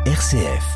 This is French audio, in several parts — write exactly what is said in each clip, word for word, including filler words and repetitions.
R C F.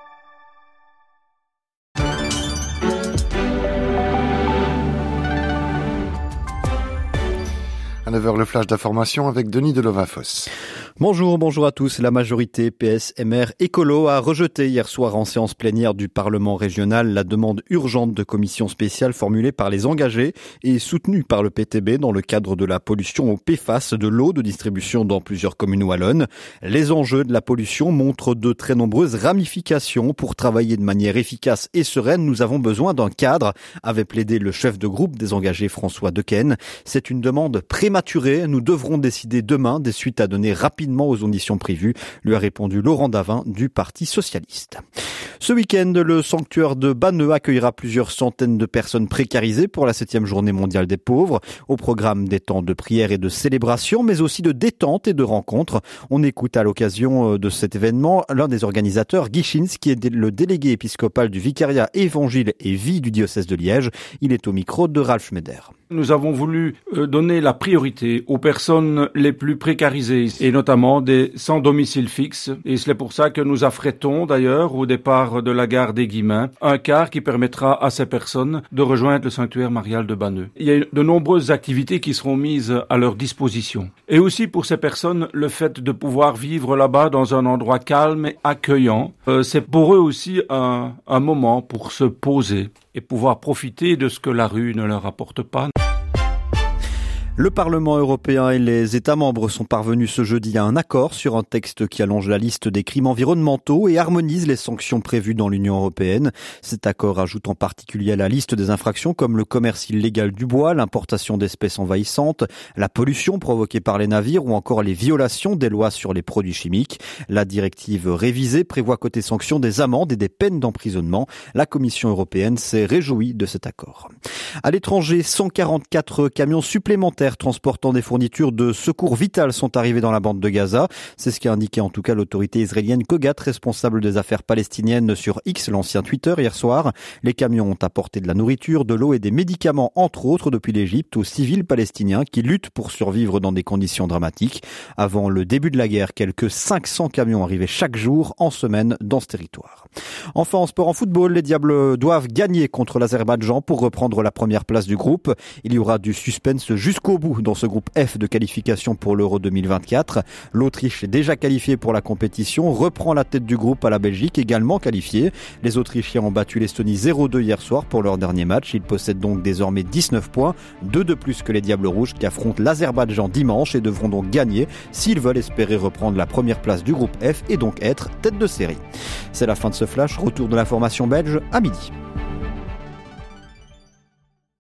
À neuf heures, le flash d'information avec Denis Delovafoss. Bonjour, bonjour à tous. La majorité P S M R Écolo a rejeté hier soir en séance plénière du Parlement régional la demande urgente de commission spéciale formulée par les engagés et soutenue par le P T B dans le cadre de la pollution au P F A S de l'eau de distribution dans plusieurs communes wallonnes. Les enjeux de la pollution montrent de très nombreuses ramifications. Pour travailler de manière efficace et sereine, nous avons besoin d'un cadre, avait plaidé le chef de groupe des engagés François Dequesne. C'est une demande prématurée. Nous devrons décider demain des suites à donner rapidement aux auditions prévues, lui a répondu Laurent Davin du Parti socialiste. Ce week-end, le sanctuaire de Banneux accueillera plusieurs centaines de personnes précarisées pour la septième journée mondiale des pauvres. Au programme des temps de prière et de célébration, mais aussi de détente et de rencontres. On écoute à l'occasion de cet événement l'un des organisateurs, Guy Schins, qui est le délégué épiscopal du vicariat Évangile et Vie du diocèse de Liège. Il est au micro de Ralph Schneider. Nous avons voulu donner la priorité aux personnes les plus précarisées et notamment des sans domicile fixe. Et c'est pour ça que nous affrétons d'ailleurs au départ de la gare des Guillemins un car qui permettra à ces personnes de rejoindre le sanctuaire marial de Banneux. Il y a de nombreuses activités qui seront mises à leur disposition. Et aussi pour ces personnes, le fait de pouvoir vivre là-bas dans un endroit calme et accueillant, euh, c'est pour eux aussi un, un moment pour se poser et pouvoir profiter de ce que la rue ne leur apporte pas. Le Parlement européen et les États membres sont parvenus ce jeudi à un accord sur un texte qui allonge la liste des crimes environnementaux et harmonise les sanctions prévues dans l'Union européenne. Cet accord ajoute en particulier à la liste des infractions comme le commerce illégal du bois, l'importation d'espèces envahissantes, la pollution provoquée par les navires ou encore les violations des lois sur les produits chimiques. La directive révisée prévoit côté sanctions des amendes et des peines d'emprisonnement. La Commission européenne s'est réjouie de cet accord. À l'étranger, cent quarante-quatre camions supplémentaires transportant des fournitures de secours vital sont arrivés dans la bande de Gaza. C'est ce qu'a indiqué en tout cas l'autorité israélienne Kogat, responsable des affaires palestiniennes sur X, l'ancien Twitter, hier soir. Les camions ont apporté de la nourriture, de l'eau et des médicaments, entre autres, depuis l'Égypte aux civils palestiniens qui luttent pour survivre dans des conditions dramatiques. Avant le début de la guerre, quelques cinq cents camions arrivaient chaque jour en semaine dans ce territoire. Enfin, en sport, en football, les Diables doivent gagner contre l'Azerbaïdjan pour reprendre la première place du groupe. Il y aura du suspense jusqu'au bout dans ce groupe F de qualification pour l'Euro deux mille vingt-quatre. L'Autriche est déjà qualifiée pour la compétition, reprend la tête du groupe à la Belgique, également qualifiée. Les Autrichiens ont battu l'Estonie zéro deux hier soir pour leur dernier match. Ils possèdent donc désormais dix-neuf points, deux de plus que les Diables Rouges qui affrontent l'Azerbaïdjan dimanche et devront donc gagner s'ils veulent espérer reprendre la première place du groupe F et donc être tête de série. C'est la fin de ce flash. Retour de l'information belge à midi.